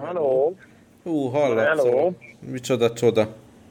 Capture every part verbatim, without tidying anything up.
Hello. Hú, hallatszom. Micsoda csoda.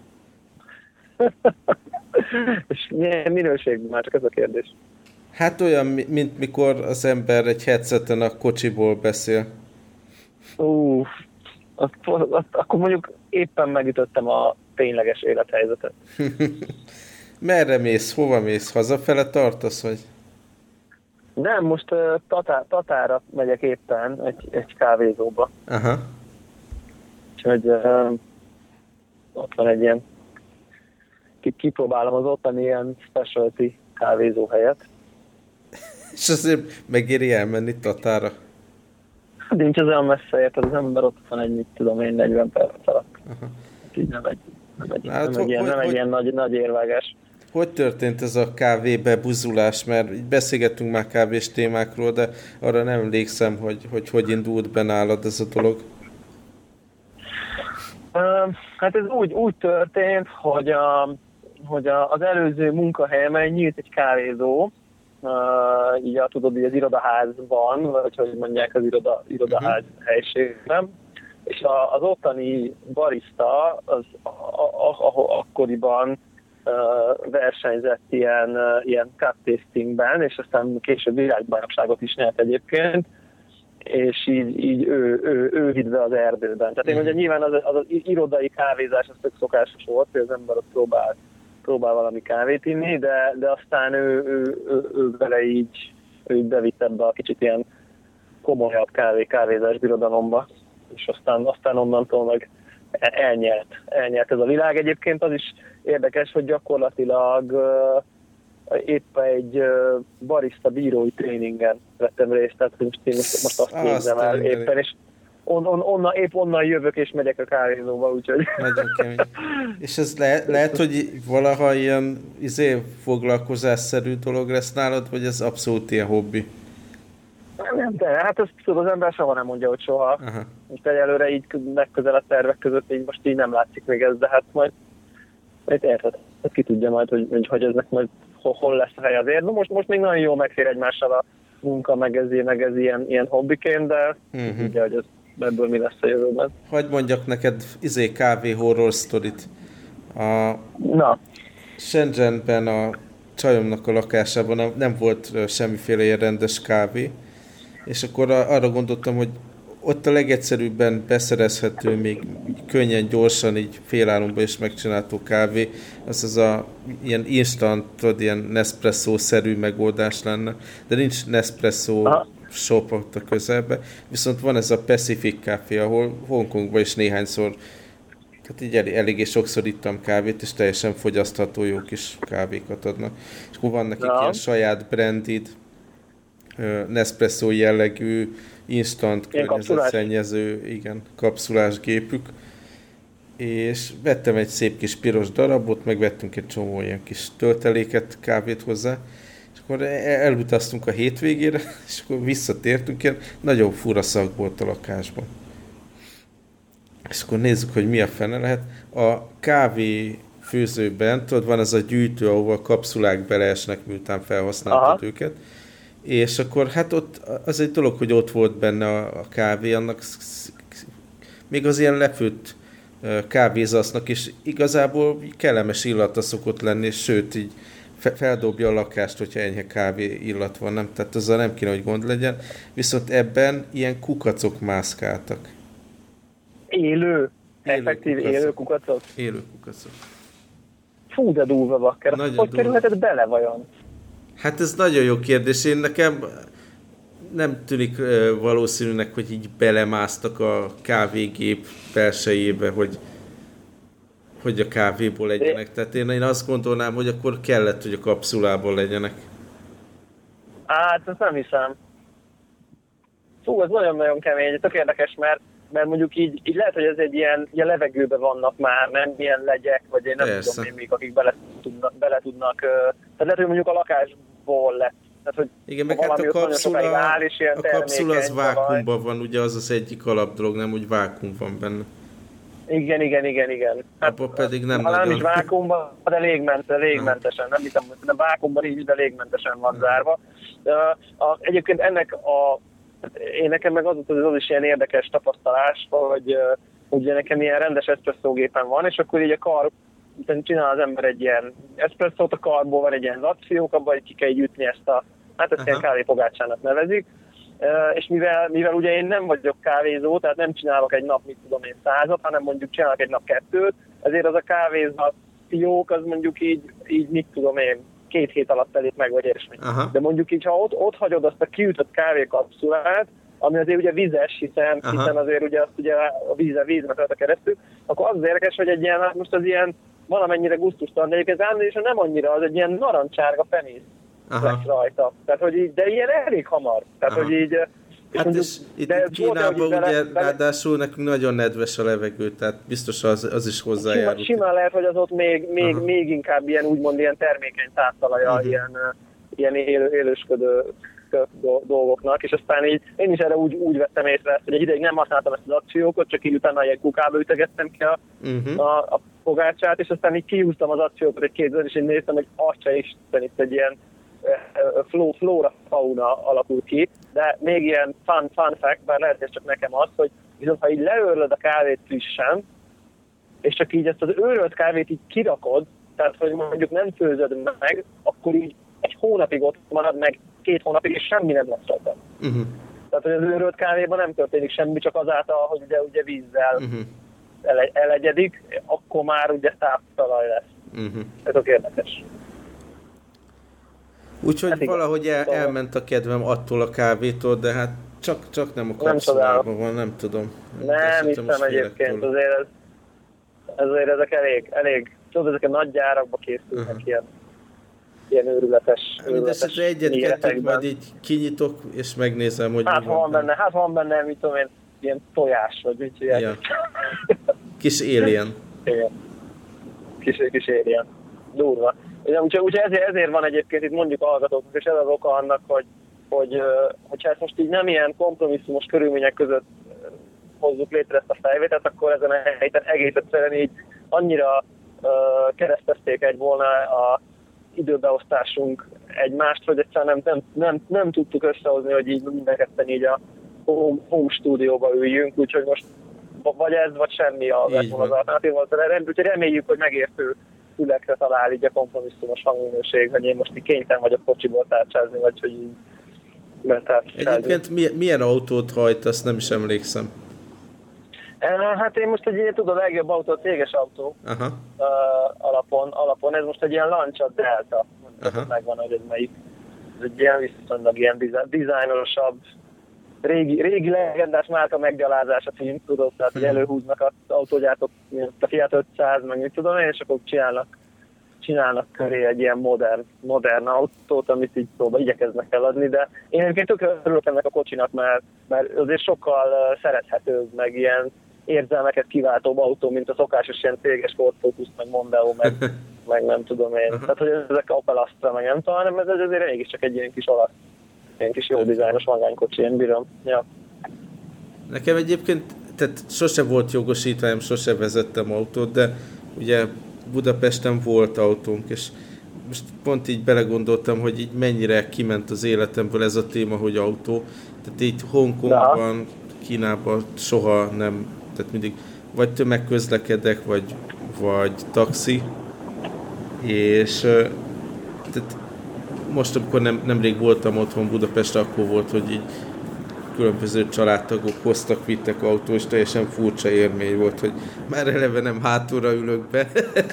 És milyen minőségben már, csak ez a kérdés. Hát olyan, mint mikor az ember egy headseten a kocsiból beszél. Ú, azt, azt, akkor mondjuk éppen megütöttem a tényleges élethelyzetet. Merre mész? Hova mész? Hazafele tartasz, vagy? Nem, most uh, tatá, Tatára megyek éppen egy, egy kávézóba. Aha. Úgyhogy uh, ott van egy ilyen, kipróbálom az ottani ilyen specialty kávézó helyet. És azért megéri elmenni Tatára? Hát nincs az olyan messze, érted, az ember ott van egy, mit tudom én, negyven perc alatt. Aha. Így nem egy, nem egy, hát, nem egy, ilyen, hogy, nem egy hogy, ilyen nagy, nagy érvágás. Hogy történt ez a kávébe buzulás? Mert így beszélgettünk már kávés témákról, de arra nem emlékszem, hogy hogy, hogy indult be nálad ez a dolog. Uh, hát ez úgy, úgy történt, hogy, a, hogy a, az előző munkahelyemen nyílt egy kávézó, uh, így a, tudod, így az irodaházban, vagy hogy mondják az iroda, irodaház uh-huh. helységben, és a, az ottani barista az a, a, a, akkoriban uh, versenyzett ilyen, uh, ilyen cup tastingben, és aztán később világbajnokságot is nyert egyébként, és így, így ő, ő, ő vitt be az erdőben. Tehát én ugye nyilván az, az, az irodai kávézás az tök szokásos volt, hogy az ember ott próbál, próbál valami kávét inni, de, de aztán ő, ő, ő, ő vele így, ő így bevitt ebbe a kicsit ilyen komolyabb kávé, kávézás birodalomba, és aztán, aztán onnantól meg elnyert, elnyert ez a világ. Egyébként az is érdekes, hogy gyakorlatilag épp egy uh, barista bírói tréningen vettem részt, tehát most én most, most azt nézem el éppen, és on, on, onna, épp onnan jövök és megyek a kávézóba, úgyhogy... Nagyon kemény. És ez le, lehet, hogy valaha ilyen izé, foglalkozásszerű dolog lesz nálad, vagy ez abszolút ilyen hobbi? Nem, nem, de hát ezt tudod, az ember soha nem mondja, hogy soha. Aha. Most egyelőre így legközelebb tervek között így most így nem látszik még ez, de hát majd, majd érted, hát ki tudja majd, hogy, hogy, hogy eznek majd hol lesz a hely azért. No, most, most még nagyon jól megfér egymással a munka, meg ez, meg ez ilyen, ilyen hobbiként, de uh-huh. tudja, hogy ez, ebből mi lesz a jövőben. Hadd mondjak neked izé kávé horror sztorit. A Na. Shenzhenben a csajomnak a lakásában nem, nem volt semmiféle ilyen rendes kávé, és akkor arra gondoltam, hogy ott a legegyszerűbben beszerezhető, még könnyen, gyorsan, így félálomban is megcsinálható kávé, az az a ilyen instant, tudod, ilyen Nespresso-szerű megoldás lenne, de nincs Nespresso Aha. shop ott a közelben, viszont van ez a Pacific Café, ahol Hongkongban is néhányszor, tehát így elég, eléggé sokszor ittam kávét, és teljesen fogyasztható jó kis kávékat adnak. És akkor van nekik ja. ilyen saját branded, Nespresso jellegű, instant, környezetszennyező, igen, kapszulás gépük, és vettem egy szép kis piros darabot, meg vettünk egy csomó ilyen kis tölteléket, kávét hozzá, és akkor elutaztunk a hétvégére, és akkor visszatértünk, ilyen nagyon fura szag volt a lakásban. És akkor nézzük, hogy mi a fene lehet. A kávé főzőben, tudod, van ez a gyűjtő, ahol a kapszulák beleesnek, miután felhasználtad Aha. őket, és akkor hát ott az egy dolog, hogy ott volt benne a, a kávé, annak még az ilyen lefőtt kávézasznak is igazából kellemes illata szokott lenni, sőt így feldobja a lakást, hogyha enyhe kávé illat van, nem? Tehát azzal nem kéne, hogy gond legyen. Viszont ebben ilyen kukacok mászkáltak. Élő? Effektív élő, élő kukacok? Élő kukacok. Fú, de durva bakker. Hogy kerülhetett bele vajon? Hát ez nagyon jó kérdés. Én nekem nem tűnik valószínűnek, hogy így belemásztak a kávégép belsejébe, hogy, hogy a kávéból legyenek. Tehát én, én azt gondolnám, hogy akkor kellett, hogy a kapszulából legyenek. Hát, ezt nem hiszem. Fú, ez nagyon-nagyon kemény. Tök érdekes, mert, mert mondjuk így, így lehet, hogy ez egy ilyen, ilyen levegőben vannak már, nem ilyen legyek, vagy én nem Persze. tudom én még, akik bele tudnak, bele tudnak tehát lehet, hogy mondjuk a lakásból lett. Tehát, hogy igen, meg hát a kapszula, áll, és a kapszula az vákuumban van, ugye az az egyik alapdolog, nem, hogy vákuum van benne. Igen, igen, igen, igen. Hát, abban pedig nem nagyon... nagyon. Nem is vákuumban, de légmente, légmentesen. Nem hiszem, hogy nem vákuumban így, de légmentesen van zárva. A, a, egyébként ennek a én nekem meg az, az, az is ilyen érdekes tapasztalás, hogy ugye nekem ilyen rendes eszpresszógépen van, és akkor így a kar, csinál az ember egy ilyen eszpresszót, a karból van egy ilyen lakciók, abban ki kell így ütni ezt a, hát ezt ilyen kávépogácsának nevezik, és mivel, mivel ugye én nem vagyok kávézó, tehát nem csinálok egy nap, mit tudom én, százat, hanem mondjuk csinálok egy nap kettőt, ezért az a kávézatiók, az mondjuk így, így mit tudom én, két hét alatt telik meg, vagy ilyesmi. De mondjuk így, ha ott, ott hagyod azt a kiütött kávékapszulát, ami azért ugye vizes, hiszen, hiszen azért ugye azt ugye a vízzel vízbe tört a keresztül, akkor az, az érdekes, hogy egy ilyen, hát most az ilyen valamennyire gusztustalan, de egyébként állandóan nem annyira, az egy ilyen narancsárga fenész lesz rajta. Tehát, hogy így, de ilyen elég hamar. Tehát, Aha. hogy így... Hát mondjuk, és itt, itt Kínában ugye bele, ráadásul nekünk nagyon nedves a levegő, tehát biztos az, az is hozzájárul. Simán lehet, hogy az ott még, még, még inkább ilyen úgymond ilyen termékeny táptalaja, uh-huh. ilyen, ilyen élő, élősködő dolgoknak, és aztán így én is erre úgy, úgy vettem észre ezt, hogy egy ideig nem használtam ezt az akciókot, csak így utána ilyen kukába ütegettem ki a, uh-huh. a, a fogácsát, és aztán így kihúztam az akciókat egy kézzel, és én néztem, hogy atya Isten, itt egy ilyen uh, flóra fauna alakul ki, de még ilyen fun, fun fact, bár lehet, hogy csak nekem az, hogy viszont ha így leőrlöd a kávét frissen, és csak így ezt az őrölt kávét így kirakod, tehát hogy mondjuk nem főzöd meg, akkor így egy hónapig ott marad meg, két hónapig, és semmi nem lesz rajta. Uh-huh. Tehát, hogy az őrölt kávéban nem történik semmi, csak azáltal, hogy ugye, ugye vízzel uh-huh. ele- elegyedik, akkor már ugye táptalaj lesz. Uh-huh. Ez ok érdekes. Úgyhogy hát valahogy el, elment a kedvem attól a kávétól, de hát csak, csak nem a kapszulában van, nem tudom. Nem hiszem egyébként, azért, ez, azért ezek elég, elég, tudod, ezek a nagy gyárakba készülnek uh-huh. ilyen. ilyen őrületes, őrületes egyet-kettőt majd így kinyitok, és megnézem, hogy hát, mi van benne. Hát van benne, mit tudom én, ilyen tojás, vagy mit csinálják. Ja. Kis alien. Igen. Kis, kis alien. Durva. Úgyhogy úgy, ezért, ezért van egyébként itt mondjuk hallgatóknak, és ez az oka annak, hogy, hogy hogyha ezt most így nem ilyen kompromisszumos körülmények között hozzuk létre ezt a felvételt, akkor ezen a helyten egész egyszerűen így annyira uh, keresztezték egy volna a időbeosztásunk egymást, hogy egyszerűen nem, nem, nem, nem tudtuk összehozni, hogy így mindenketten így a home, home stúdióba üljünk, úgyhogy most vagy ez, vagy semmi az alternatív. Úgyhogy reméljük, hogy megértő fülekre talál így a kompromisszumos hangminőség, hogy én most így kénytelen vagyok kocsiból tárcsázni, vagy hogy így mentálcsázni. Egyébként milyen, milyen autót hajt, azt nem is emlékszem. Hát én most egy ilyen, tudod, a legjobb autó, a céges autó uh, alapon, alapon. Ez most egy ilyen Lancia Delta. Uh-huh. Megvan, hogy ez melyik. Ez egy ilyen viszonylag ilyen dizájnorosabb, régi, régi legendás márka meggyalázása cím, tudod, tehát hogy előhúznak az autógyártók, a Fiat ötszáz, meg mit tudom én, és akkor csinálnak, csinálnak köré egy ilyen modern, modern autót, amit így szóba igyekeznek eladni, de én egyébként tökre örülök ennek a kocsinak, mert, mert azért sokkal szerethetőbb, meg ilyen érzelmeket kiváltóbb autó, mint a szokásos ilyen céges Ford Focus, meg Mondeo, meg, meg nem tudom én. Uh-huh. Tehát, hogy ezek a Opel Astra, meg nem tudom, hanem ez azért mégiscsak egy ilyen kis olasz, ilyen kis jó dizájnos magánykocsi, én bírom. Ja. Nekem egyébként, tehát sose volt jogosítványom, sose vezettem autót, de ugye Budapesten volt autónk, és most pont így belegondoltam, hogy így mennyire kiment az életemből ez a téma, hogy autó. Tehát így Hongkongban, Kínában soha nem, tehát mindig vagy tömegközlekedek, vagy, vagy taxi, és tehát most, amikor nem, nemrég voltam otthon Budapesten, akkor volt, hogy így különböző családtagok hoztak, vittek autó, és teljesen furcsa élmény volt, hogy már eleve nem hátulra ülök be,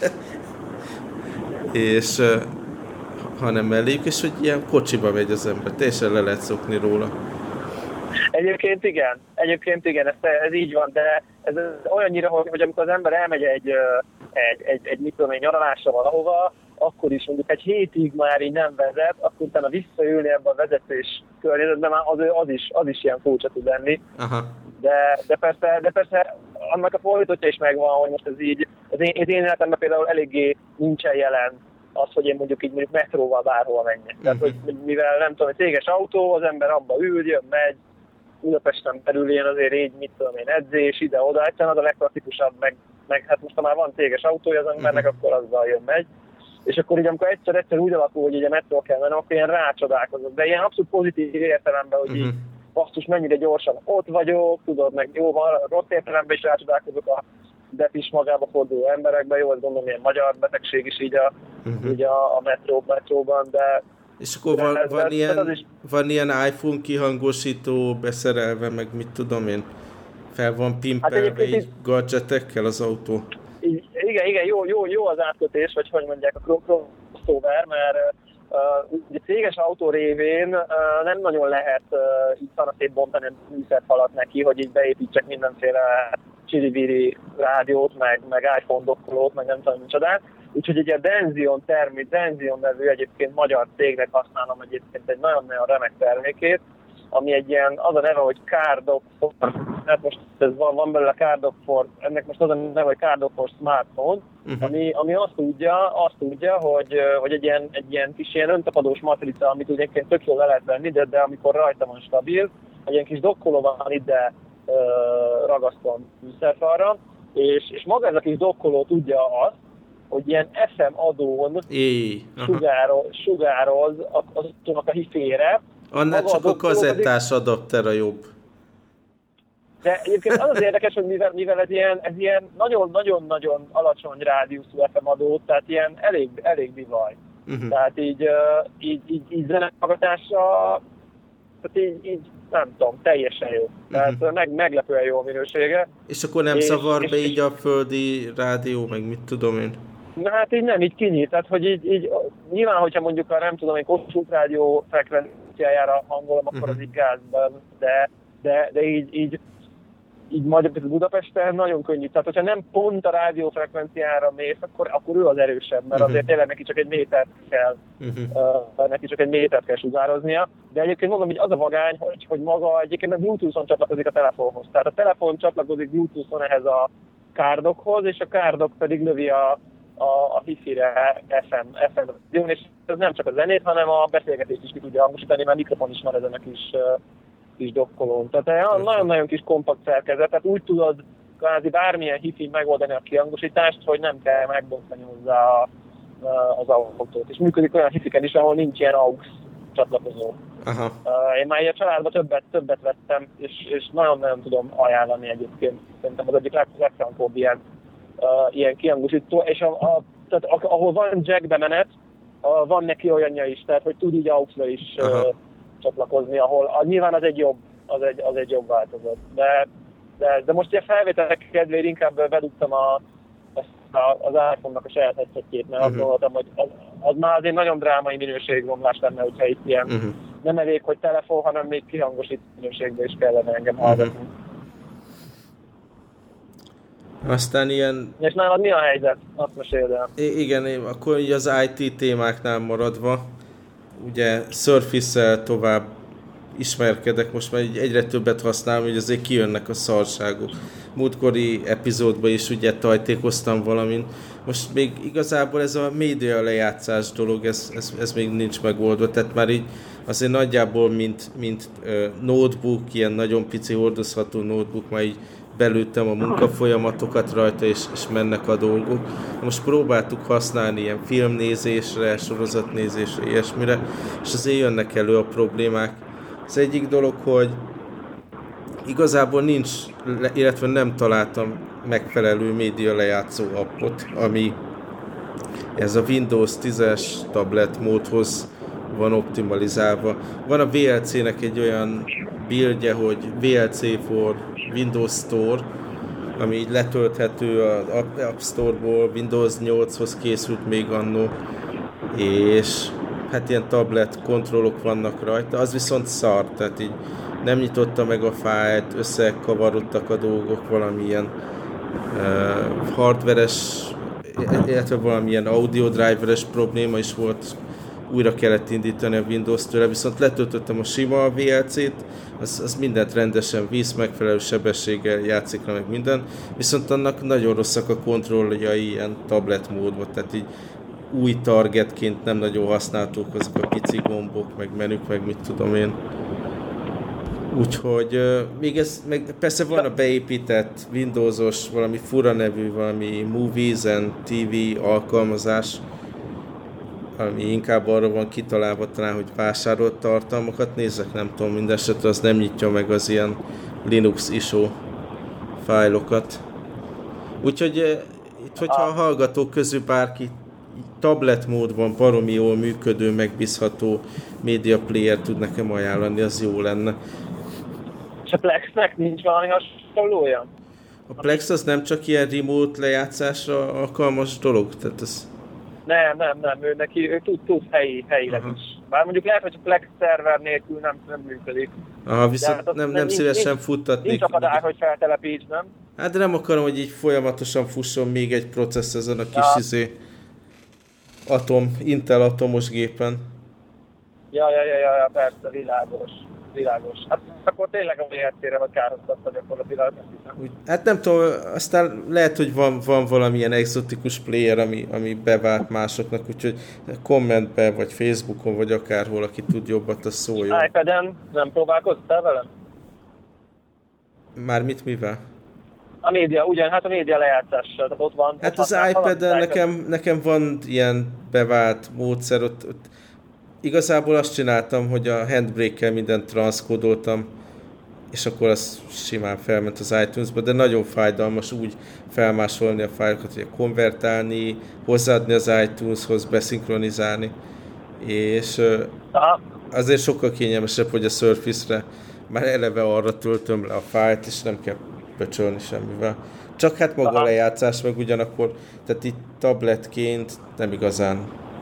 és hanem melléjük, és hogy ilyen kocsiba megy az ember, teljesen le lehet szokni róla. Egyébként igen, egyébként igen, ez, ez így van, de ez, ez olyannyira, hogy amikor az ember elmegy egy, egy, egy, egy mit tudom én, nyaralásra valahova, akkor is mondjuk egy hétig már így nem vezet, akkor utána visszaülni ebbe a vezetés környezetben, már az, az, is, az is ilyen furcsa tud lenni. Aha. De, de, persze, de persze annak a fordítottja is megvan, hogy most ez így, az én, az én életemben például eléggé nincsen jelen az, hogy én mondjuk így mondjuk metróval bárhol menjek. Uh-huh. Tehát, hogy mivel nem tudom, hogy céges autó, az ember abba ül, jön, megy, Budapesten belül ilyen azért így, mit tudom én, edzés, ide-oda, egyszerűen az a legklasszikusabb, meg, meg hát most ha már van céges autója az embernek, uh-huh. akkor azzal jön, megy. És akkor így, amikor egyszer-egyszer úgy alakul, hogy így a metró kell mennem, akkor ilyen rácsodálkozok. De ilyen abszolút pozitív értelemben, hogy, uh-huh. így, basszus, mennyire gyorsan ott vagyok, tudod, meg jó, van, rossz értelemben is rácsodálkozok a depis magába forduló emberekben, jó, azt gondolom, ilyen magyar betegség is így a, uh-huh. így a, a metró, metróban, de... És akkor van, ez, van, ez, ilyen, is... van ilyen iPhone kihangosító beszerelve, meg mit tudom én, fel van pimpelve hát így gadgetekkel az autó? Igen, igen, jó, jó, jó az átkötés, vagy hogy mondják, a crossover, mert uh, ugye céges autó révén uh, nem nagyon lehet uh, így szanaszét bontani a műszerfalat neki, hogy így beépítsek mindenféle csiribiri rádiót, meg, meg iPhone dokkolót, meg nem tudom micsodát. Úgyhogy egy a Denzion termék, Denzion nevű egyébként magyar cégnek használom egyébként egy nagyon-nagyon remek termékét, ami egy ilyen, az a neve, hogy Cardok for, hát most ez van, van belőle Cardok for, ennek most az a neve, hogy Cardok for Smartphone, uh-huh. ami, ami azt tudja, azt tudja, hogy, hogy egy ilyen, egy ilyen kis ilyen öntapadós matrica, amit egyébként tök jól le lehet venni, de, de amikor rajta van stabil, egy ilyen kis dokkoló van ide uh, ragasztva műszerfalra, és, és maga ez a kis dokkoló tudja azt, hogy ilyen ef em adón sugároz, sugároz azoknak a hifére. Annál csak a, a kazettás pedig... adapter a jobb. De egyébként az az érdekes, hogy mivel, mivel ez ilyen, ez ilyen nagyon-nagyon-nagyon alacsony rádiuszú ef em adó, tehát ilyen elég, elég bivaj. Uh-huh. Tehát így, így, így, így zenehallgatásra, tehát így, így nem tudom, teljesen jó. Tehát uh-huh. meg, meglepően jó a minősége. És akkor nem és, szavar és, be így a földi rádió, meg mit tudom én? Na hát így nem, így kinyit. Tehát, hogy így, így nyilván, hogyha mondjuk a nem tudom, egy Kossuth rádió frekvenciájára hangolom, akkor uh-huh. az így gázban, de, de, de így, így, így Magyar Budapesten nagyon könnyű. Tehát, hogyha nem pont a rádiófrekvenciára mész, akkor, akkor ő az erősebb, mert uh-huh. azért tényleg neki csak egy métert kell, uh-huh. uh, neki csak egy métert kell sugároznia. De egyébként mondom, hogy az a vagány, hogy, hogy maga egyébként a Bluetooth-on csatlakozik a telefonhoz. Tehát a telefon csatlakozik Bluetooth-on ehhez a kárdokhoz, és a kárdok pedig lövi a a, a Wi-Fi-re ef em, ef em, és ez nem csak a zenét, hanem a beszélgetést is ki tudja hangosítani, mert mikrofon is van ezen a kis, uh, kis dokkolón. Tehát nagyon-nagyon kis kompakt szerkezet, tehát úgy tudod kvázi bármilyen hifi megoldani a kihangosítást, hogy nem kell megbontani hozzá a, a, az autót. És működik olyan hifiken is, ahol nincs ilyen aux csatlakozó. Aha. Uh, én már ilyen családban többet, többet vettem, és, és nagyon-nagyon tudom ajánlani egyébként. Szerintem az egyik legfrankóbb ilyen Uh, ilyen kihangosító, és a, a, tehát ahol van jack bemenet, uh, van neki olyanja is, tehát hogy tud így auxra is uh, csatlakozni, ahol uh, nyilván az egy jobb, az egy, az egy jobb változat. De, de, de most ilyen felvételek kedvéért inkább bedugtam a, a, az iPhone-nak a saját headsetjét, mert uh-huh. azt gondoltam, hogy az, az már azért nagyon drámai minőségromlás lenne, hogyha itt ilyen uh-huh. nem elég, hogy telefon, hanem még kihangosító minőségbe is kellene engem hallgatni. Uh-huh. Aztán ilyen... És nálad mi a helyzet? Azt meséld el. I- igen, akkor így az i té témáknál maradva, ugye Surface-szel tovább ismerkedek, most már egyre többet használom, hogy azért kijönnek a szarságok. Múltkori epizódban is ugye tajtékoztam valamin. Most még igazából ez a média lejátszás dolog, ez, ez, ez még nincs megoldva, tehát már így azért nagyjából mint, mint uh, notebook, ilyen nagyon pici hordozható notebook, már így belőttem a munkafolyamatokat rajta, és, és mennek a dolgok. Most próbáltuk használni ilyen filmnézésre, sorozatnézésre, ilyesmire, és azért jönnek elő a problémák. Az egyik dolog, hogy igazából nincs, illetve nem találtam megfelelő média lejátszó appot, ami ez a Windows tízes tablet módhoz van optimalizálva. Van a vé el cé-nek egy olyan buildje, hogy vé el cé for Windows Store, ami így letölthető az App Store-ból, Windows nyolchoz készült még annó, és hát ilyen tablet kontrollok vannak rajta, az viszont szar, tehát így nem nyitotta meg a fájlt, összekavarodtak a dolgok, valamilyen uh, hardveres, illetve valamilyen audio driveres probléma is volt, újra kellett indítani a Windows tőle, viszont letöltöttem a sima vé el cé-t, az, az mindent rendesen visz, megfelelő sebességgel játszik rá meg minden, viszont annak nagyon rosszak a kontrolljai ilyen tablet módban, tehát így új targetként nem nagyon használtuk azok a pici gombok, meg menük, meg mit tudom én. Úgyhogy uh, még ez, meg persze van a beépített Windowsos, valami fura nevű, valami Movies and té vé alkalmazás, ami inkább arra van kitalálva talán, hogy vásárolt tartalmakat nézzek, nem tudom, mindesetre az nem nyitja meg az ilyen Linux I S O fájlokat. Úgyhogy itt, hogyha a hallgatók közül bárki tablet módban baromi jól működő, megbízható média player tud nekem ajánlani, az jó lenne. És a Plexnek nincs valami hasonlója? A Plex az nem csak ilyen remote lejátszásra alkalmas dolog? Tehát ez... Nem, nem, nem, ő neki ő tud, tud helyi, helyileg is. Bár mondjuk lehet, hogy a Plex szerver nélkül nem, nem működik. Aha, viszont hát nem, nem szívesen nincs, futtatnék. Nincs akadály, hogy feltelepíts, nem? Hát de nem akarom, hogy így folyamatosan fusson még egy processz ezen a kis ja. izé atom, Intel atomos gépen. Ja, ja, ja, ja, ja, persze, világos. Világos. Hát akkor tényleg a vé er cére vagy károztatta gyakorlatilag. Hát nem tudom, aztán lehet, hogy van, van valamilyen exotikus player, ami, ami bevált másoknak, úgyhogy kommentbe, vagy Facebookon, vagy akárhol, aki tud jobbat, az szóljon. iPad-en nem próbálkoztál velem? Mármit mivel? A média, ugyan, hát a média lejátszással, ott van. Hát ott az iPad-en nekem, nekem van ilyen bevált módszer, ott, ott igazából azt csináltam, hogy a Handbrake-kel mindent transzkódoltam, és akkor az simán felment az iTunes-ba, de nagyon fájdalmas úgy felmásolni a fájlokat, hogy konvertálni, hozzáadni az iTunes-hoz, beszinkronizálni, és aha. Azért sokkal kényelmesebb, hogy a Surface-re már eleve arra töltöm le a fájlt, és nem kell pöcsölni semmivel. Csak hát maga aha. a lejátszás, meg ugyanakkor, tehát itt tabletként nem igazán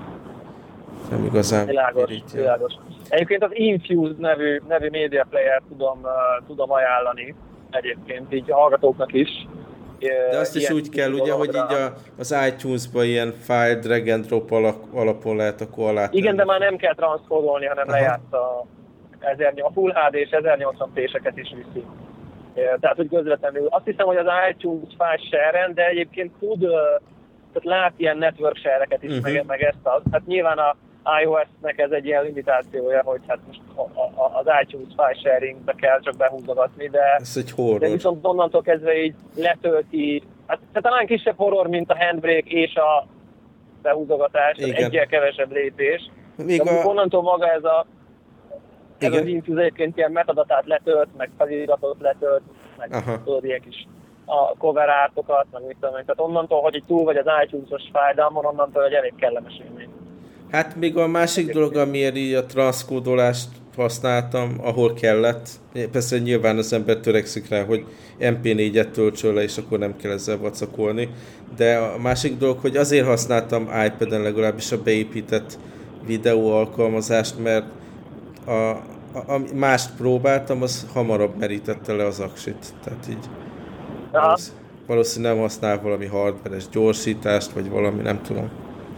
nem igazán világos, világos. Egyébként az Infuse nevű, nevű media player tudom, uh, tudom ajánlani egyébként így a hallgatóknak is. De azt is úgy kell, ugye, hogy így a, az iTunes-ban ilyen file drag and drop alapon lehet akkor alá tenni. Igen, de már nem kell transzkódolni, hanem lejátsz a, a Full há dé és ezernyolcvan pé-seket is viszi. Tehát, hogy közvetlenül. Azt hiszem, hogy az iTunes file share-en, de egyébként tud, tehát lát ilyen network share-eket is, uh-huh. meg, meg ezt az. Hát nyilván a iOS-nek ez egy ilyen limitációja, hogy hát most a, a, az iTunes file sharingbe kell csak behúzogatni, de, ez egy horror. De viszont onnantól kezdve így letölti, hát talán kisebb horror, mint a Handbrake és a behúzogatás, egyel kevesebb lépés. Még de a... onnantól maga ez a ez az Infuse egyébként ilyen metadatát letölt, meg feliratot letölt, meg tudod, ilyen kis a cover artokat, meg mit tudom én. Tehát onnantól, hogy így túl vagy az iTunes-os fájdalmon, onnantól, hogy elég kellemes élmény. Hát még a másik dolog, amiért így a transzkódolást használtam, ahol kellett. Persze nyilván az ember törekszik rá, hogy em pé négyet töltsön le, és akkor nem kell ezzel vacakolni. De a másik dolog, hogy azért használtam iPad-en legalábbis a beépített videó alkalmazást, mert a, a, a mást próbáltam, az hamarabb merítette le az aksit. Tehát így valószínűleg nem használ valami hardveres gyorsítást, vagy valami, nem tudom.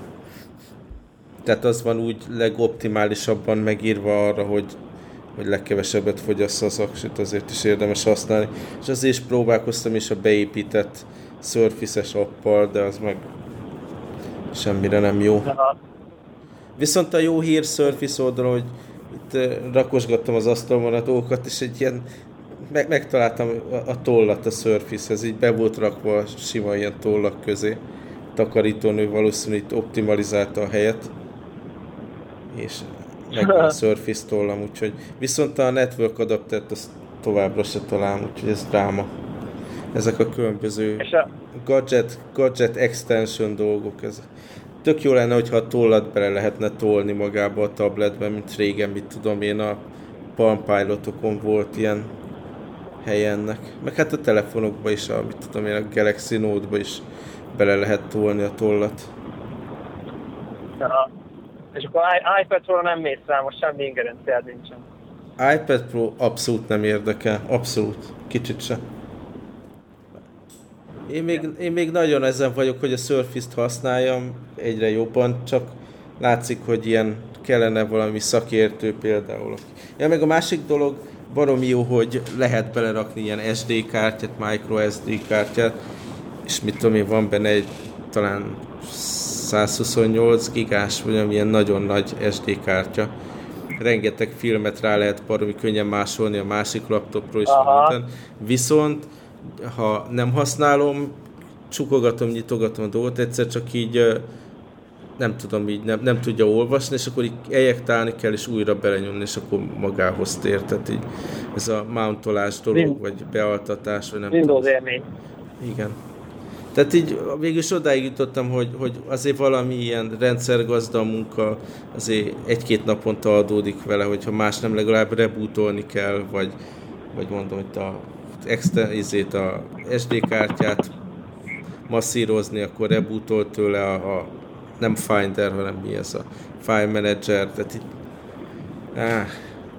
Tehát az van úgy legoptimálisabban megírva arra, hogy, hogy legkevesebbet fogyassza az aksit, azért is érdemes használni. És azért is próbálkoztam is a beépített Surface-es appal, de az meg semmire nem jó. Viszont a jó hír Surface oldalon, hogy itt rakosgattam az asztalon a dolgokat, és egy ilyen meg, megtaláltam a, a tollat a Surface-hez, így be volt rakva sima ilyen tollak közé. Takarítónő valószínűleg itt optimalizálta a helyet, és meg a Surface tollam, úgyhogy viszont a network adaptert azt továbbra se találom, úgyhogy ez dráma. Ezek a különböző gadget, gadget extension dolgok, ez tök jó lenne, hogyha a tollat bele lehetne tolni magába a tabletben, mint régen, mit tudom én, a Palm Pilotokon volt ilyen helye ennek. Meg hát a telefonokban is, a, mit tudom én, a Galaxy Note-ba is bele lehet tolni a tollat. Aha. És akkor iPad Pro nem mész rá, most semmi ingerenciád nincsen. iPad Pro abszolút nem érdekel, abszolút, kicsit se. Én még, én még nagyon ezen vagyok, hogy a Surface-t használjam egyre jobban, csak látszik, hogy ilyen kellene valami szakértő például. Ja, meg a másik dolog, baromi jó, hogy lehet belerakni ilyen es dé kártyát, micro es dé kártyát, és mit tudom én, van benne egy talán százhuszonnyolc gigás, vagy amilyen nagyon nagy es dé kártya. Rengeteg filmet rá lehet baromi könnyen másolni a másik laptopról is. Minden. Viszont, ha nem használom, csukogatom, nyitogatom a dolgot, egyszer csak így nem tudom, így nem, nem tudja olvasni, és akkor így eljektálni kell, és újra belenyomni, és akkor magához tér. Tehát így ez a mountolás dolog, Win- vagy bealtatás, vagy nem Windows tudom. Élmény. Igen. Tehát így végül is odáig jutottam, hogy, hogy azért valami ilyen rendszergazda munka azért egy-két naponta adódik vele, hogyha más nem, legalább rebootolni kell, vagy, vagy mondom, hogy a extra izét, a es dé kártyát masszírozni, akkor rebootol tőle a, a nem Finder, hanem mi ez a File Manager, tehát így áh,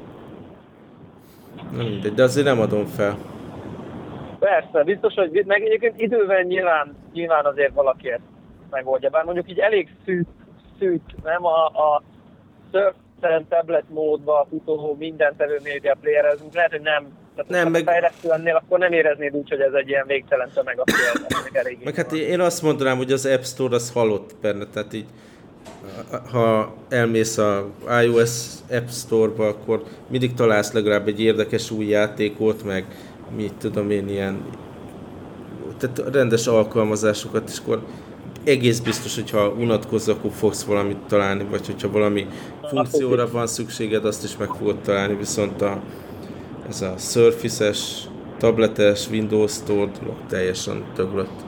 nem mindegy, de azért nem adom fel. Persze, biztos, hogy meg egyébként idővel nyilván, nyilván azért valaki ezt megoldja, bár mondjuk így elég szűk, szűk nem a, a Surface tablet módba futó minden tevő média playerezünk, lehet, hogy nem, tehát nem, meg... fejlesztő ennél, akkor nem éreznéd úgy, hogy ez egy ilyen végtelen tömeg, aki elég. Meg hát én azt mondanám, hogy az App Store az halott benne, tehát így ha elmész a iOS App Store-ba, akkor mindig találsz legalább egy érdekes új játékot, meg mit tudom én, ilyen tehát rendes alkalmazásokat, és akkor egész biztos, hogyha unatkozz, akkor fogsz valamit találni, vagy hogyha valami funkcióra van szükséged, azt is meg fogod találni, viszont a, ez a Surface-es, tabletes, Windows Store dolog teljesen döglött.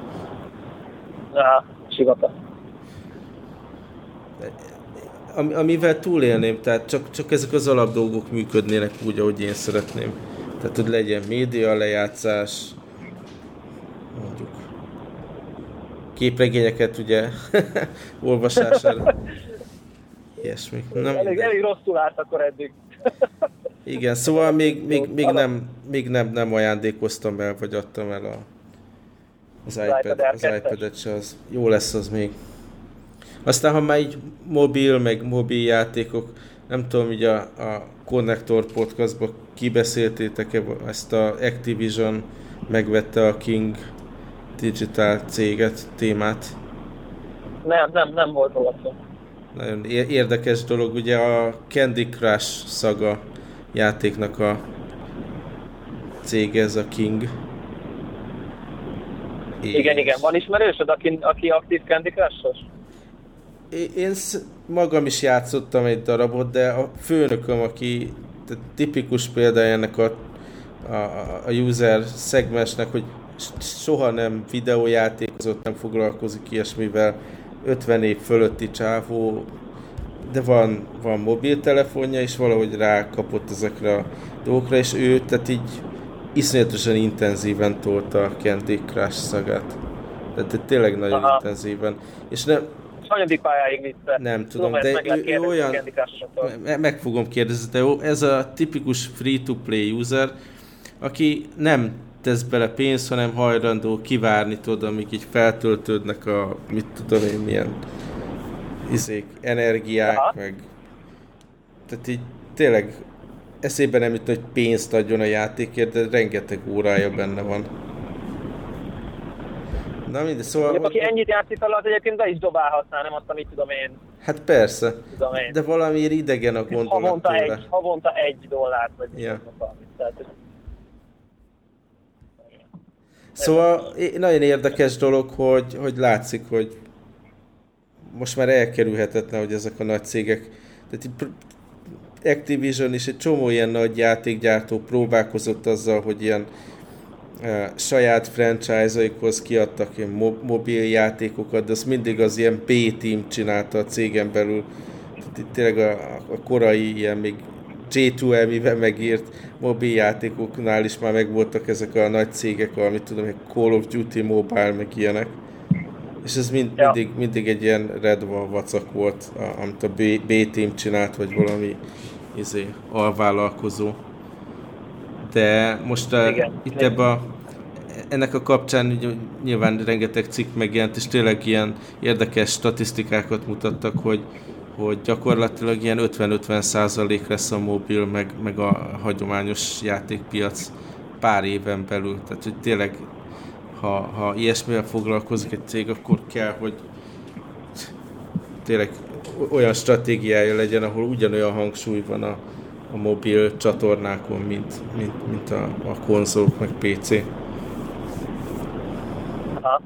Ja, sigata. Am, amivel túlélném, tehát csak, csak ezek az alapdolgok működnének úgy, ahogy én szeretném. Tehát, hogy legyen média lejátszás, mondjuk képregényeket ugye olvasására, ilyesmi. Elég, elég rosszul állt akkor eddig. Igen, szóval még, még, még, nem, még nem, nem ajándékoztam el, vagy adtam el a, az, az iPad, az iPad-et se, az jó lesz az még. Aztán, ha már így mobil, meg mobil játékok, nem tudom, így a, a Connector podcastban kibeszéltétek-e ezt a Activision megvette a King Digital céget, témát? Nem, nem, nem volt róla szó. Nagyon érdekes dolog, ugye a Candy Crush szaga játéknak a cége, ez a King. Igen, igen, van ismerősöd, aki, aki aktív Candy Crush-os? Én magam is játszottam egy darabot, de a főnököm, aki tipikus példája ennek a, a, a user szegmensnek, hogy soha nem videójátékozott, nem foglalkozik ilyesmivel, ötven év fölötti csávó, de van, van mobiltelefonja, és valahogy rákapott ezekre a dolgokra, és ő, tehát így iszonyatosan intenzíven tolta a Candy Crush szagát. Tehát tényleg nagyon Aha. intenzíven. És nem, hanyadik pályáig vitte? Nem tudom, tudom de ő, ő olyan... Me- meg fogom kérdezni, de jó, ez a tipikus free-to-play user, aki nem tesz bele pénzt, hanem hajlandó kivárni, tudod, amíg így feltöltődnek a, mit tudom én, milyen izék, energiák, Aha. meg... Tehát így tényleg eszébe nem jut, hogy pénzt adjon a játékért, de rengeteg órája benne van. Na mindegy, szóval... Mondjuk, aki ennyit játszik alatt, egyébként be is dobálhatná, nem azt, amit tudom én. Hát persze, tudom én. De valamiért idegen a gondolat havonta tőle. Egy, havonta egy dollárt, vagy ja. valamit. Tehát, szóval nagyon érdekes dolog, hogy, hogy látszik, hogy most már elkerülhetetlen, hogy ezek a nagy cégek, tehát Activision is egy csomó ilyen nagy játékgyártó próbálkozott azzal, hogy ilyen uh, saját franchise-aikhoz kiadtak ilyen mo- mobil játékokat, de azt mindig az ilyen B-team csinálta a cégen belül. Tehát itt tényleg a, a korai ilyen még J two M-ben megírt mobil játékoknál is már megvoltak ezek a nagy cégek, amit tudom, hogy Call of Duty Mobile, meg ilyenek. És ez mind, ja. mindig, mindig egy ilyen redva vacak volt, a, amit a B- B-team csinált, vagy valami izé, alvállalkozó. De most a, Igen. itt ebben a, ennek a kapcsán nyilván rengeteg cikk megjelent, és tényleg ilyen érdekes statisztikákat mutattak, hogy, hogy gyakorlatilag ilyen ötven-ötven százalék lesz a mobil, meg, meg a hagyományos játékpiac pár éven belül. Tehát, hogy tényleg Ha, ha ilyesmivel foglalkozik egy cég, akkor kell, hogy tényleg olyan stratégiája legyen, ahol ugyanolyan hangsúly van a, a mobil csatornákon, mint, mint, mint a, a konzolok, meg pé cé. Aha.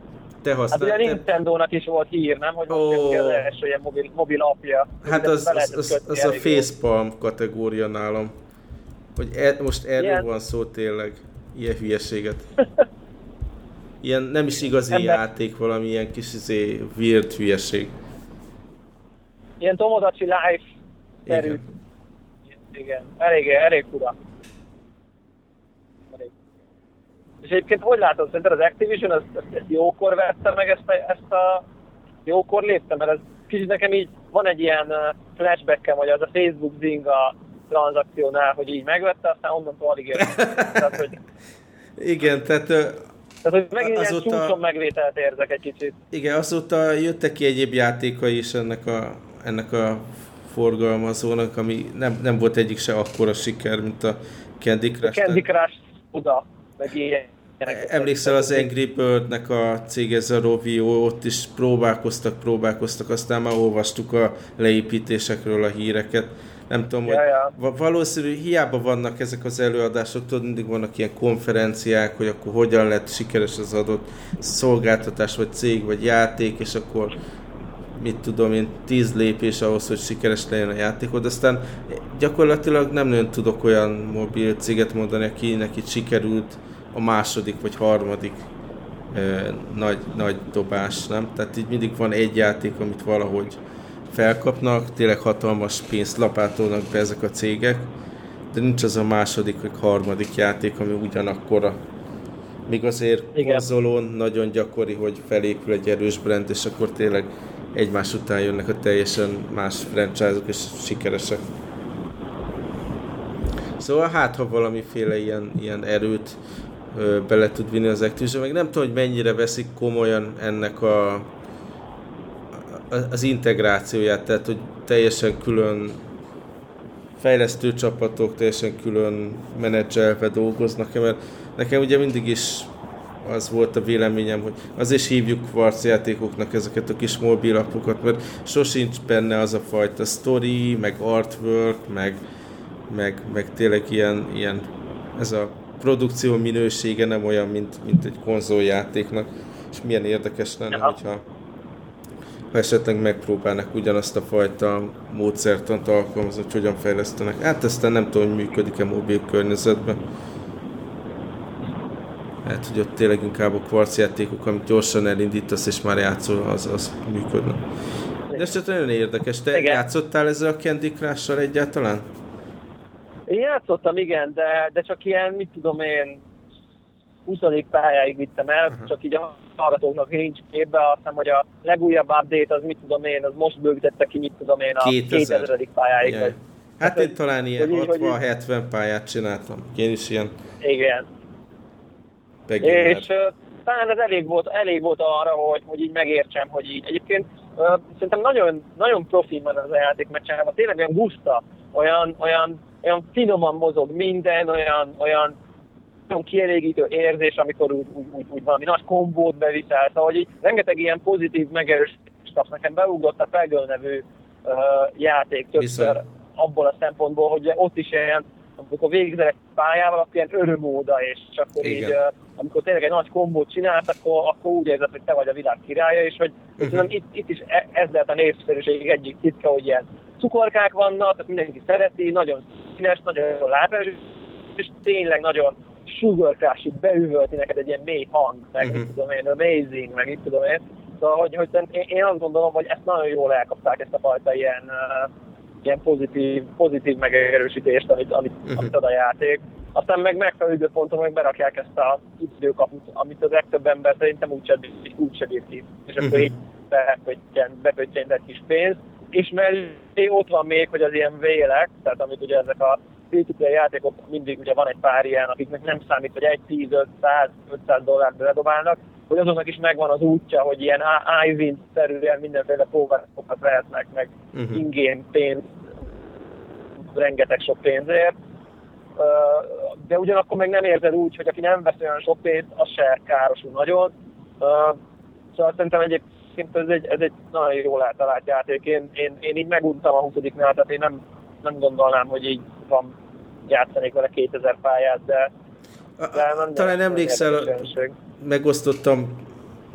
te használtad. Hát ugye a Nintendónak is volt hír, nem? Hogy oh. az első ilyen mobil, mobil appja. Hát az, az, az, az a facepalm kategória nálam. Hogy e, most erről ilyen... van szó tényleg. Ilyen hülyeséget. Ilyen nem is igazi Ember... játék, valami ilyen kis izé, weird hülyeség. Ilyen Tomodachi Life szerű. Igen. Igen. Elég, elég fura. Elég. És egyébként hogy látod, szerinted az Activision ezt, ezt jókor vette meg ezt a, ezt a jókor lépte, mert ez kicsit nekem így van egy ilyen flashback-em, hogy az a Facebook Zynga tranzakciónál, hogy így megvette, aztán onnantól alig értem. Tehát, hogy... Igen, tehát... Tehát, hogy megint azóta... ilyen csúcson megvételt érzek egy kicsit. Igen, azóta jöttek ki egyéb játékai is ennek a, ennek a forgalmazónak, ami nem, nem volt egyik se akkora siker, mint a Candy Crush. A Candy Crush oda, meg ilyen. Emlékszel az Angry Bird-nek a cég, ez a Rovio, ott is próbálkoztak, próbálkoztak, aztán már olvastuk a leépítésekről a híreket. Nem tudom, ja, ja. hogy valószínű hiába vannak ezek az előadások, tudod, mindig vannak ilyen konferenciák, hogy akkor hogyan lett sikeres az adott szolgáltatás, vagy cég, vagy játék, és akkor mit tudom én, tíz lépés ahhoz, hogy sikeres legyen a játékod. Aztán gyakorlatilag nem nagyon tudok olyan mobil céget mondani, aki neki sikerült a második vagy harmadik eh, nagy, nagy dobás, nem? Tehát így mindig van egy játék, amit valahogy felkapnak, tényleg hatalmas pénzt lapátolnak be ezek a cégek, de nincs az a második vagy harmadik játék, ami ugyanakkora. Míg azért konzolon nagyon gyakori, hogy felépül egy erős brand, és akkor tényleg egymás után jönnek a teljesen más franchise-ok, és sikeresek. Szóval hát, ha valamiféle ilyen, ilyen erőt ö, bele tud vinni az Activision, meg nem tudom, hogy mennyire veszik komolyan ennek a az integrációját, tehát hogy teljesen külön fejlesztő csapatok, teljesen külön menedzselve dolgoznak, mert nekem ugye mindig is az volt a véleményem, hogy azért hívjuk kvarcjátékoknak ezeket a kis mobilapokat, mert sosincs benne az a fajta story, meg artwork, meg, meg, meg tényleg ilyen, ilyen ez a produkció minősége nem olyan, mint, mint egy konzoljátéknak, és milyen érdekes lenne, ja. hogyha ha esetleg megpróbálnak ugyanazt a fajta módszertant alkalmazni, hogy hogyan fejlesztenek. Hát aztán nem tudom, hogy működik-e mobil környezetben. Hát, hogy ott tényleg inkább a kvarcjátékok, amit gyorsan elindítasz, és már játszol, az, az működne. De ez csak nagyon érdekes. Te igen. játszottál ezzel a Candy Crush-sal egyáltalán? Én játszottam, igen, de, de csak ilyen, mit tudom én, huszadik pályáig vittem el, uh-huh. csak így a hallgatóknak nincs képbe, azt hiszem, hogy a legújabb update az mit tudom én, az most bővítette ki, mit tudom én, a kétezeredik pályáig. Yeah. Vagy. Hát hát én hogy, talán ilyen hatvan-hetven pályát csináltam. Én is ilyen. Igen. Beginner. És uh, talán ez elég volt, elég volt arra, hogy, hogy így megértsem, hogy így. Egyébként uh, szerintem nagyon, nagyon profi van az a játék megcsinálva, tényleg olyan guszta, olyan, olyan, olyan finoman mozog minden, olyan, olyan nagyon kielégítő érzés, amikor úgy, úgy, úgy, úgy valami nagy kombót beviszel, szóval hogy így rengeteg ilyen pozitív megerősítést kapsz. Nekem beugrott a Peggle nevű uh, játék többször abból a szempontból, hogy ott is ilyen, amikor végzel egy pályával, akkor ilyen örömóda, és akkor igen. így, uh, amikor tényleg egy nagy kombót csinálsz, akkor, akkor úgy érzed, hogy te vagy a világ királya, és hogy uh-huh. itt, itt is ez lehet a népszerűség egyik titka, hogy ilyen cukorkák vannak, tehát mindenki szereti, nagyon színes, nagyon látványos, és tényleg nagyon sugarcrash-ig beüvölti neked egy ilyen mély hang, meg uh-huh. mit tudom én, amazing, meg mit tudom én. Szóval, hogy, hogy én, én azt gondolom, hogy ezt nagyon jól elkapták, ezt a fajta ilyen, uh, ilyen pozitív, pozitív megerősítést, amit, amit, uh-huh. amit ad a játék. Aztán meg megfelelő ponton meg berakják ezt a időkaput, amit az legtöbb ember szerintem úgyse úgy bír ki. És uh-huh. akkor így bepöttyen egy kis pénz. És mellé ott van még, hogy az ilyen vélek, tehát amit ugye ezek a free-to-play játékok, mindig ugye van egy pár ilyen, akiknek nem számít, hogy egy, tíz, ötszáz, ötszáz dollárt beledobálnak, hogy azonnak is megvan az útja, hogy ilyen iWin-szerűen mindenféle próbálatokat vehetnek, meg uh-huh. in-game pénz, rengeteg sok pénzért. De ugyanakkor meg nem érzed úgy, hogy aki nem vesz olyan sok pénzt, az se károsul nagyon. Szóval szerintem egyébként ez egy, ez egy nagyon jól eltalált játék. Én, én, én így meguntam a huszadiknál, tehát én nem, nem gondolnám, hogy így van, játszanék vele kétezer pályát, de, de nem, talán emlékszel, megosztottam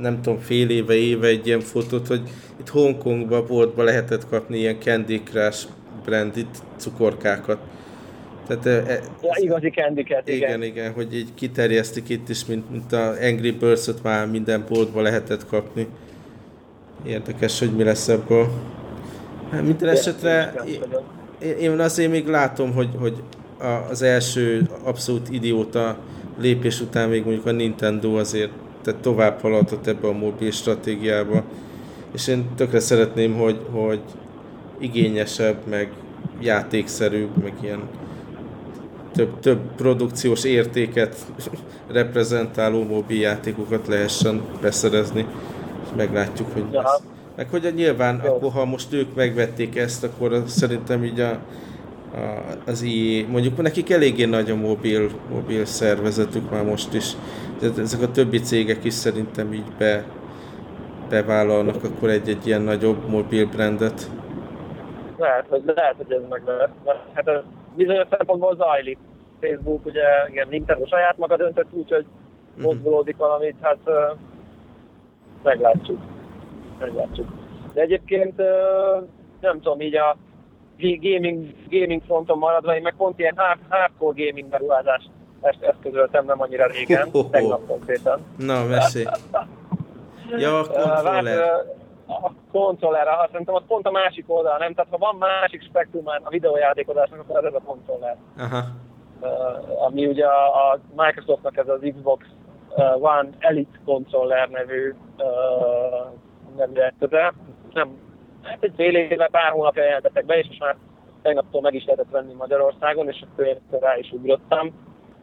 nem tudom, fél éve, éve egy ilyen fotót, hogy itt Hongkongban, boltban lehetett kapni ilyen Candy Crush branded cukorkákat. Tehát, e, ja, igazi candyket, igen. Igen, igen, hogy így kiterjesztik itt is, mint, mint a Angry Birds-ot már minden boltban lehetett kapni. Érdekes, hogy mi lesz ebből. Hát minden esetre én, én azért még látom, hogy, hogy az első abszolút idióta lépés után még mondjuk a Nintendo azért tehát tovább haladott ebbe a mobil stratégiába. És én tökre szeretném, hogy, hogy igényesebb, meg játékszerűbb, meg ilyen több, több produkciós értéket reprezentáló mobiljátékokat lehessen beszerezni. Meglátjuk, hogy ja. lesz. Meg hogy nyilván, jó. Akkor ha most ők megvették ezt, akkor szerintem így a, a, az i á, mondjuk nekik eléggé nagy a mobil, mobil szervezetük már most is. De ezek a többi cégek is szerintem így be, bevállalnak akkor egy-egy ilyen nagyobb mobil brandet. Lehet, hogy, lehet, hogy ez meg lesz. Hát ez bizonyos szempontból zajlik. Facebook, ugye, igen, Nintendo saját maga döntött úgy, hogy mozgolódik valamit, hát uh, meglátjuk. meglátjuk. De egyébként uh, nem tudom, így a gaming, gaming fronton maradva, én meg pont ilyen hard, hardcore gaming beruházást eszközöltem nem annyira régen, oh, oh, oh. tegnap konkrétan. Na, mesélj. Ja, a kontroller. Uh, a kontroller, ha szerintem az pont a másik oldal, nem? Tehát ha van másik spektrumán a videójátékodásnak, akkor ez a kontroller. Aha. Uh, ami ugye a, a Microsoftnak ez az Xbox uh, One Elite Controller nevű uh, nevű eszköze. Nem, hát egy fél éve, pár hónapja jelentettek be, és most már tegnaptól meg is lehetett venni Magyarországon, és akkor rá is ugrottam.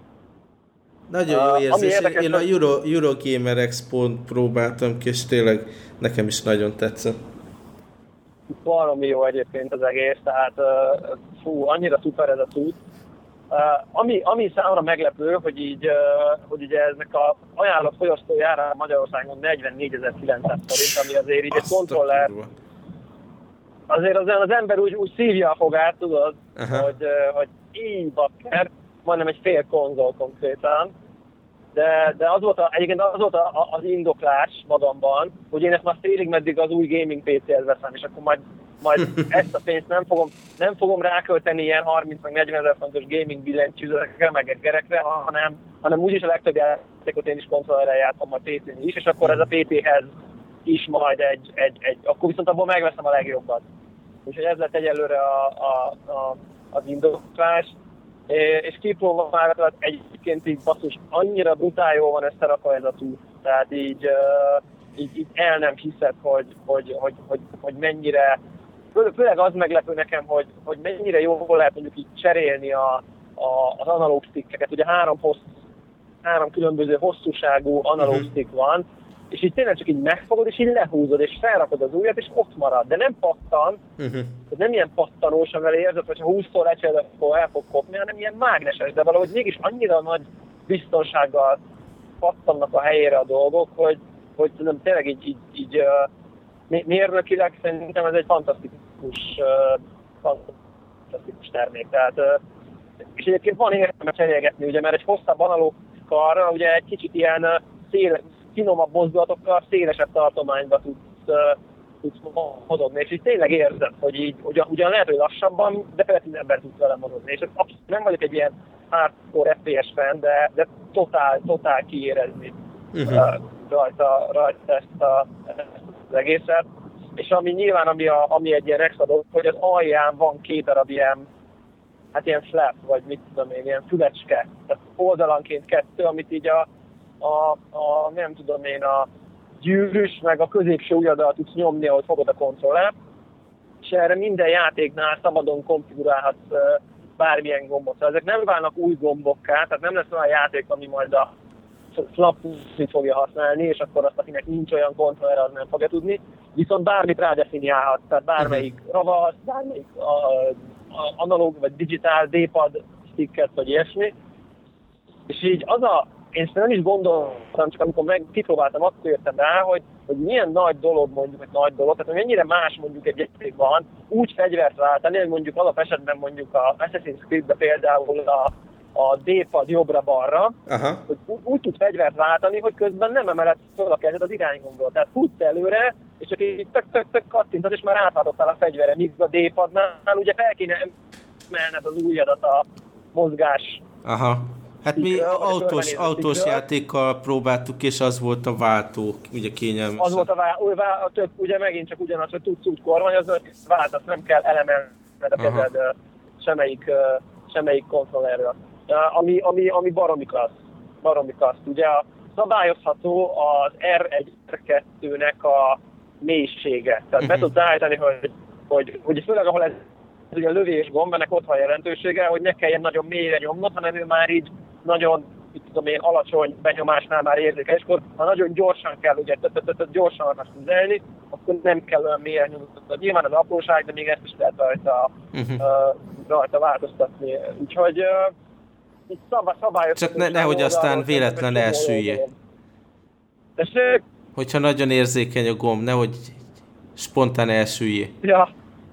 Nagyon jó érzés. Uh, Én a Euro, Eurogamer Expo-n próbáltam ki, és tényleg nekem is nagyon tetszett. Valami jó egyébként az egész, tehát uh, fú, annyira szuper ez a cucc. Uh, ami, ami számomra meglepő, hogy így, uh, hogy így eznek a ajánlott fogyasztói ára Magyarországon negyvennégyezer-kilencszáz forint, ami azért így egy kontroller. Azért az, az ember úgy, úgy szívja a fogát, tudod, uh-huh. hogy, uh, hogy így bakker, majdnem egy fél konzol konkrétan. De, de az volt, a, egyébként az, volt a, az indoklás magamban, hogy én ezt már félig meddig az új gaming pé céhez veszem, és akkor majd, majd ezt a pénzt nem fogom, nem fogom rákölteni ilyen harminc-negyven ezer fontos gaming billentyűzetekre, meg eggerekre, hanem, hanem úgyis a legtöbb játékot én is kontrollerrel játszom, majd pé cén is, és akkor ez a pé céhez is majd egy, egy, egy, akkor viszont abból megveszem a legjobbat. Úgyhogy ez lett egyelőre a, a, a, az indoklás. És kipróbálva egyébként így basszus, annyira brutál jól van összerakva ez a túl. Tehát így, uh, így, így el nem hiszed, hogy, hogy, hogy, hogy, hogy mennyire, főleg az meglepő nekem, hogy, hogy mennyire jól lehet mondjuk így cserélni a, a, az analóg stickeket. Ugye három, hossz, három különböző hosszúságú analóg uh-huh. stick van, és így tényleg csak így megfogod, és így lehúzod, és felrakod az ujjat, és ott marad. De nem pattan, uh-huh. nem ilyen pattanós, amivel érzed, hogy ha húszszor lecseréled, akkor el fog kopni, hanem ilyen mágneses, de valahogy mégis annyira nagy biztonsággal pattannak a helyére a dolgok, hogy, hogy tudom, tényleg így, így, így uh, mérnökileg szerintem ez egy fantasztikus, uh, fantasztikus termék. Tehát, uh, és egyébként van értelme cserélgetni, ugye, mert egy hosszabb analóg karra, ugye egy kicsit ilyen uh, szél, finomabb mozdulatokkal szélesebb tartományba tudsz, uh, tudsz mozogni, és így tényleg érzed, hogy így ugyan, ugyan lehet, hogy lassabban, de precízebben tudsz vele mozogni. És abszolút nem vagyok egy ilyen hardcore ef pé es fan, de, de totál, totál kiérezni uh-huh. uh, rajta, rajta ezt, a, ezt az egészet. És ami nyilván, ami, a, ami egy ilyen extra dolog, hogy az alján van két darab ilyen, hát ilyen flap, vagy mit tudom én, ilyen fülecske. Tehát oldalanként kettő, amit így a A, a, nem tudom én, a gyűrűs, meg a középső ujjaddal tudsz nyomni, ahogy fogod a kontrollert, és erre minden játéknál szabadon konfigurálhatsz uh, bármilyen gombot. Szóval ezek nem válnak új gombokká, tehát nem lesz olyan játék, ami majd a flap-t fogja használni, és akkor azt, akinek nincs olyan kontroller, az nem fogja tudni, viszont bármit rádefiniálhat, tehát bármelyik ravasz, bármelyik a, a analóg vagy digitál D-pad sticket, vagy ilyesmi, és így az a én nem is gondoltam, csak amikor meg kipróbáltam, akkor jöttem rá, hogy, hogy milyen nagy dolog mondjuk, egy nagy dolog, tehát mennyire más mondjuk egy játékban úgy fegyvert váltani, hogy mondjuk alap esetben mondjuk a Assassin's Creed-be például a, a D-pad jobbra-balra, Aha. hogy úgy, úgy tud fegyvert váltani, hogy közben nem emeled föl a kezed az iránygombról. Tehát futsz előre, és csak így tök-tök-tök kattintod, és már átváltottál a fegyverre, míg a D-padnál ugye fel kéne emelned az ujjadat a mozgás. Aha. Hát mi Szikről, autós, autós játékkal próbáltuk, és az volt a váltó, ugye kényelmes. Az volt a váltó, a több, ugye megint csak ugyanaz, hogy tudsz úgy kormányozni, hogy váltasz, nem kell elemelned a kezed uh, semmelyik, uh, semmelyik kontrollerről. Uh, ami, ami, ami baromi klassz, baromi klassz. Ugye a szabályozható az er egy er kettőnek a mélysége. Tehát uh-huh. be tudsz állítani, hogy, hogy, hogy főleg ahol ez ez ugye a lövés gomb, ennek ott van jelentősége, hogy ne kelljen nagyon mélyre nyomnod, hanem ő már így nagyon, itt tudom én, alacsony benyomásnál már érzékeny, és akkor ha nagyon gyorsan kell, ugye, gyorsan akarsz tüzelni, akkor nem kell olyan mélyre nyomnod. Nyilván az apróság, de még ezt is lehet rajta, uh-huh. uh, rajta változtatni. Úgyhogy uh, itt szabályoztatni. Csak ne, nehogy aztán véletlen elsüllyé. Hogyha nagyon érzékeny a gomb, nehogy spontán elsüllyé. Ja.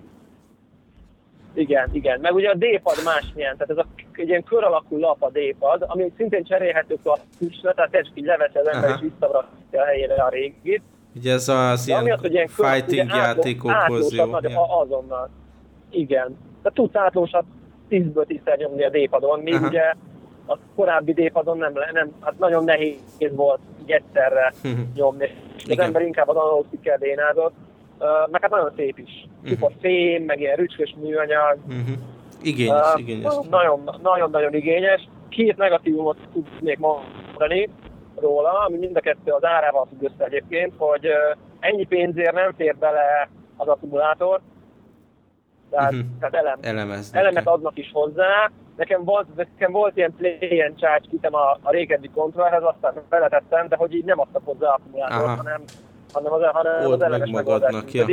Igen, igen. Meg ugye a D-pad másmilyen, tehát ez a, egy ilyen kör alakú lap a D-pad, ami szintén cserélhető klasszusra, tehát ez így leveszi az ember és visszavrakja a helyére a régit. Ugye ez az ilyen, az, ilyen kör, fighting ugye, játékokhoz jó. Ja. Azonnal. Igen. Tehát tudsz átlósat tízből tízszer nyomni a D-padon, míg Aha. ugye a korábbi D-padon nem, nem, hát nagyon nehéz volt így egyszerre nyomni. Az ember inkább az analóg szikerdénázott. Uh, meg hát nagyon szép is. Uh-huh. Tipo fém, meg ilyen rücskös műanyag. Uh-huh. Igényes, uh, igényes. Nagyon-nagyon igényes. Két negatívumot tudnék mondani róla, ami mind a kettő az árával függ össze egyébként, hogy uh, ennyi pénzért nem fér bele az akkumulátor. Tehát, uh-huh. tehát elem, elemet adnak is hozzá. Nekem volt, nekem volt ilyen play and charge kitem a, a régebbi kontrollerhez, aztán beletettem, de hogy így nem adtak hozzá akkumulátort, hanem hanem az, hanem az elemes megoldás. Ja.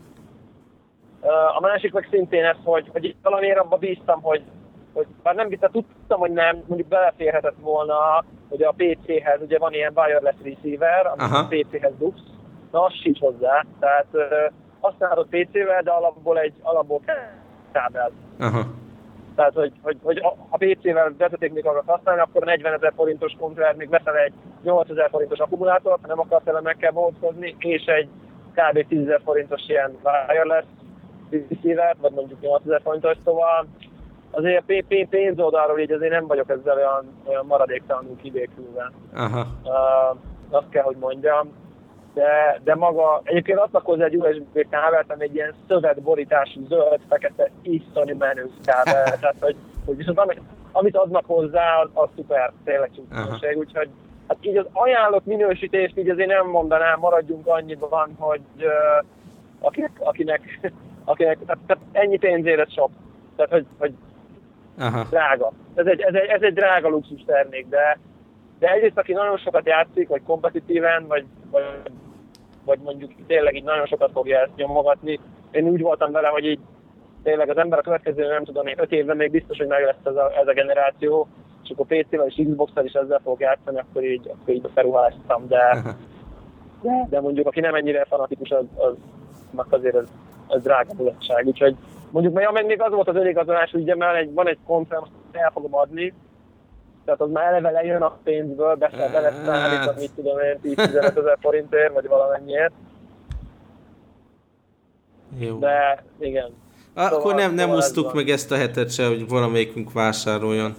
A másik meg szintén ez, hogy, hogy itt valamiért abban bíztam, hogy, hogy bár nem bíztam, tudtam, hogy nem, mondjuk beleférhetett volna, hogy a pé céhez ugye van ilyen wireless receiver, amit Aha. a pé céhez dugsz, na az sincs hozzá, tehát uh, használhatod pé cével, de alapból egy alapból kábel. Aha. Tehát, hogy, hogy, hogy ha pé cével vezetéknél akarsz használni, akkor negyvenezer forintos kontroller, még veszel egy nyolcezer forintos akkumulátort, ha nem akarsz elemekkel boltkozni, és egy kb. tízezer forintos ilyen wireless receiver, vagy mondjuk nyolcezer forintos, szóval azért pénz oldalról így azért nem vagyok ezzel olyan, olyan maradéktalanul kibékülve. Aha. Uh, azt kell, hogy mondjam. De, de maga, egyébként adnak hozzá egy u es bé kábelt, ami egy ilyen szövetborítású, zöld, fekete, iszonyú menő kábel. Tehát, hogy, hogy viszont amit, amit adnak hozzá, az, az szuper, tényleg csúcsoség. Úgyhogy hát így az ajánlott minősítést így azért nem mondanám, maradjunk annyiban, hogy uh, akinek, akinek, akinek tehát, tehát ennyi pénzért ez sok. Tehát, hogy, hogy Aha. drága. Ez egy, ez, egy, ez egy drága luxus termék, de, de egyrészt, aki nagyon sokat játszik, vagy kompetitíven, vagy, vagy, vagy mondjuk tényleg így nagyon sokat fogja ezt nyomogatni. Én úgy voltam vele, hogy így tényleg az ember a következő, nem tudom én, öt évben még biztos, hogy meg lesz ez a, ez a generáció, és akkor pé cével és Xbox-tel is ezzel fog játszani, akkor így, akkor így beruháztam, de, de, de mondjuk aki nem ennyire fanatikus, az, az, az azért ez, ez drága mulatság. Úgyhogy mondjuk mert még az volt az önigazolás, hogy ugye már egy, van egy kontra, most el fogom adni, tehát az már eleve lejön a pénzből, be be lesz szállítani, mit tudom én, tíz-tizenöt ezer forintért, vagy valamennyiért. Jó. De igen. Akkor szóval, nem, nem úsztuk meg ezt a hetet se, hogy valamelyikünk vásároljon.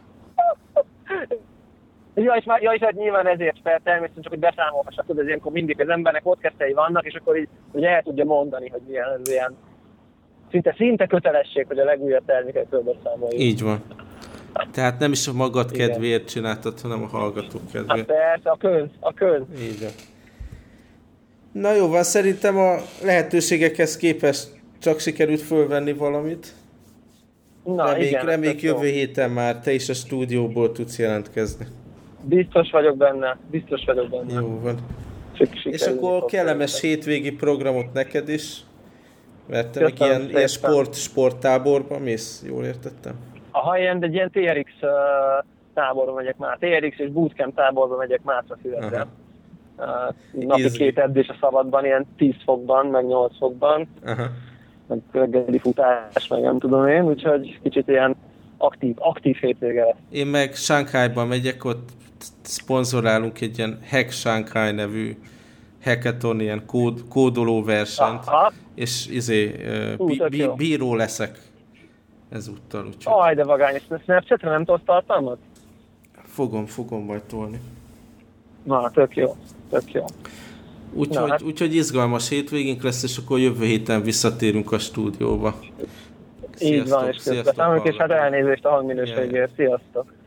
Ja, és, ja, és hát nyilván ezért fel, természetesen csak, hogy beszámolhassak, tudod, ez ilyenkor mindig az embernek podcastjai vannak, és akkor így, hogy el tudja mondani, hogy milyen ez ilyen szinte, szinte kötelesség, hogy a legújabb termékekről beszámoljuk. Így van. Tehát nem is a magad Igen. kedvéért csináltad, hanem a hallgatók kedvéért. Hát persze, a köz, a köz. Így van. Na jó, van, szerintem a lehetőségekhez képest csak sikerült fölvenni valamit. Na, reméljük, igen, reméljük jövő jó. héten már te is a stúdióból tudsz jelentkezni. Biztos vagyok benne, biztos vagyok benne. Jó van. És akkor kellemes hétvégi programot neked is, mert te meg ilyen, ilyen sport, sporttáborban mész, jól értettem? Aha, ilyen, egy ilyen té er iksz uh, táborba megyek már, té er iksz és bootcamp táborba megyek Mátrafületre. Uh, napi Easy. Két edzés a szabadban, ilyen tíz fokban, meg nyolc fokban. Aha. Meg reggeli futás, meg nem tudom én, úgyhogy kicsit ilyen aktív, aktív hétvége lesz. Én meg Shanghaiba megyek, ott szponzorálunk egy ilyen Hack Shanghai nevű hackathon, ilyen kód, kódoló versenyt, aha. és izé, uh, bí, bí, bíró leszek ezúttal. Úgyhogy... Aj, de vagány, és Snapchatre nem tolsz tartalmat? Fogom, fogom majd tolni. Na, tök jó, tök jó. Úgyhogy hát... úgy, izgalmas hétvégénk lesz, és akkor jövő héten visszatérünk a stúdióba. Így sziasztok, van, és köszönöm, és hát elnézést a hangminőségért. Sziasztok!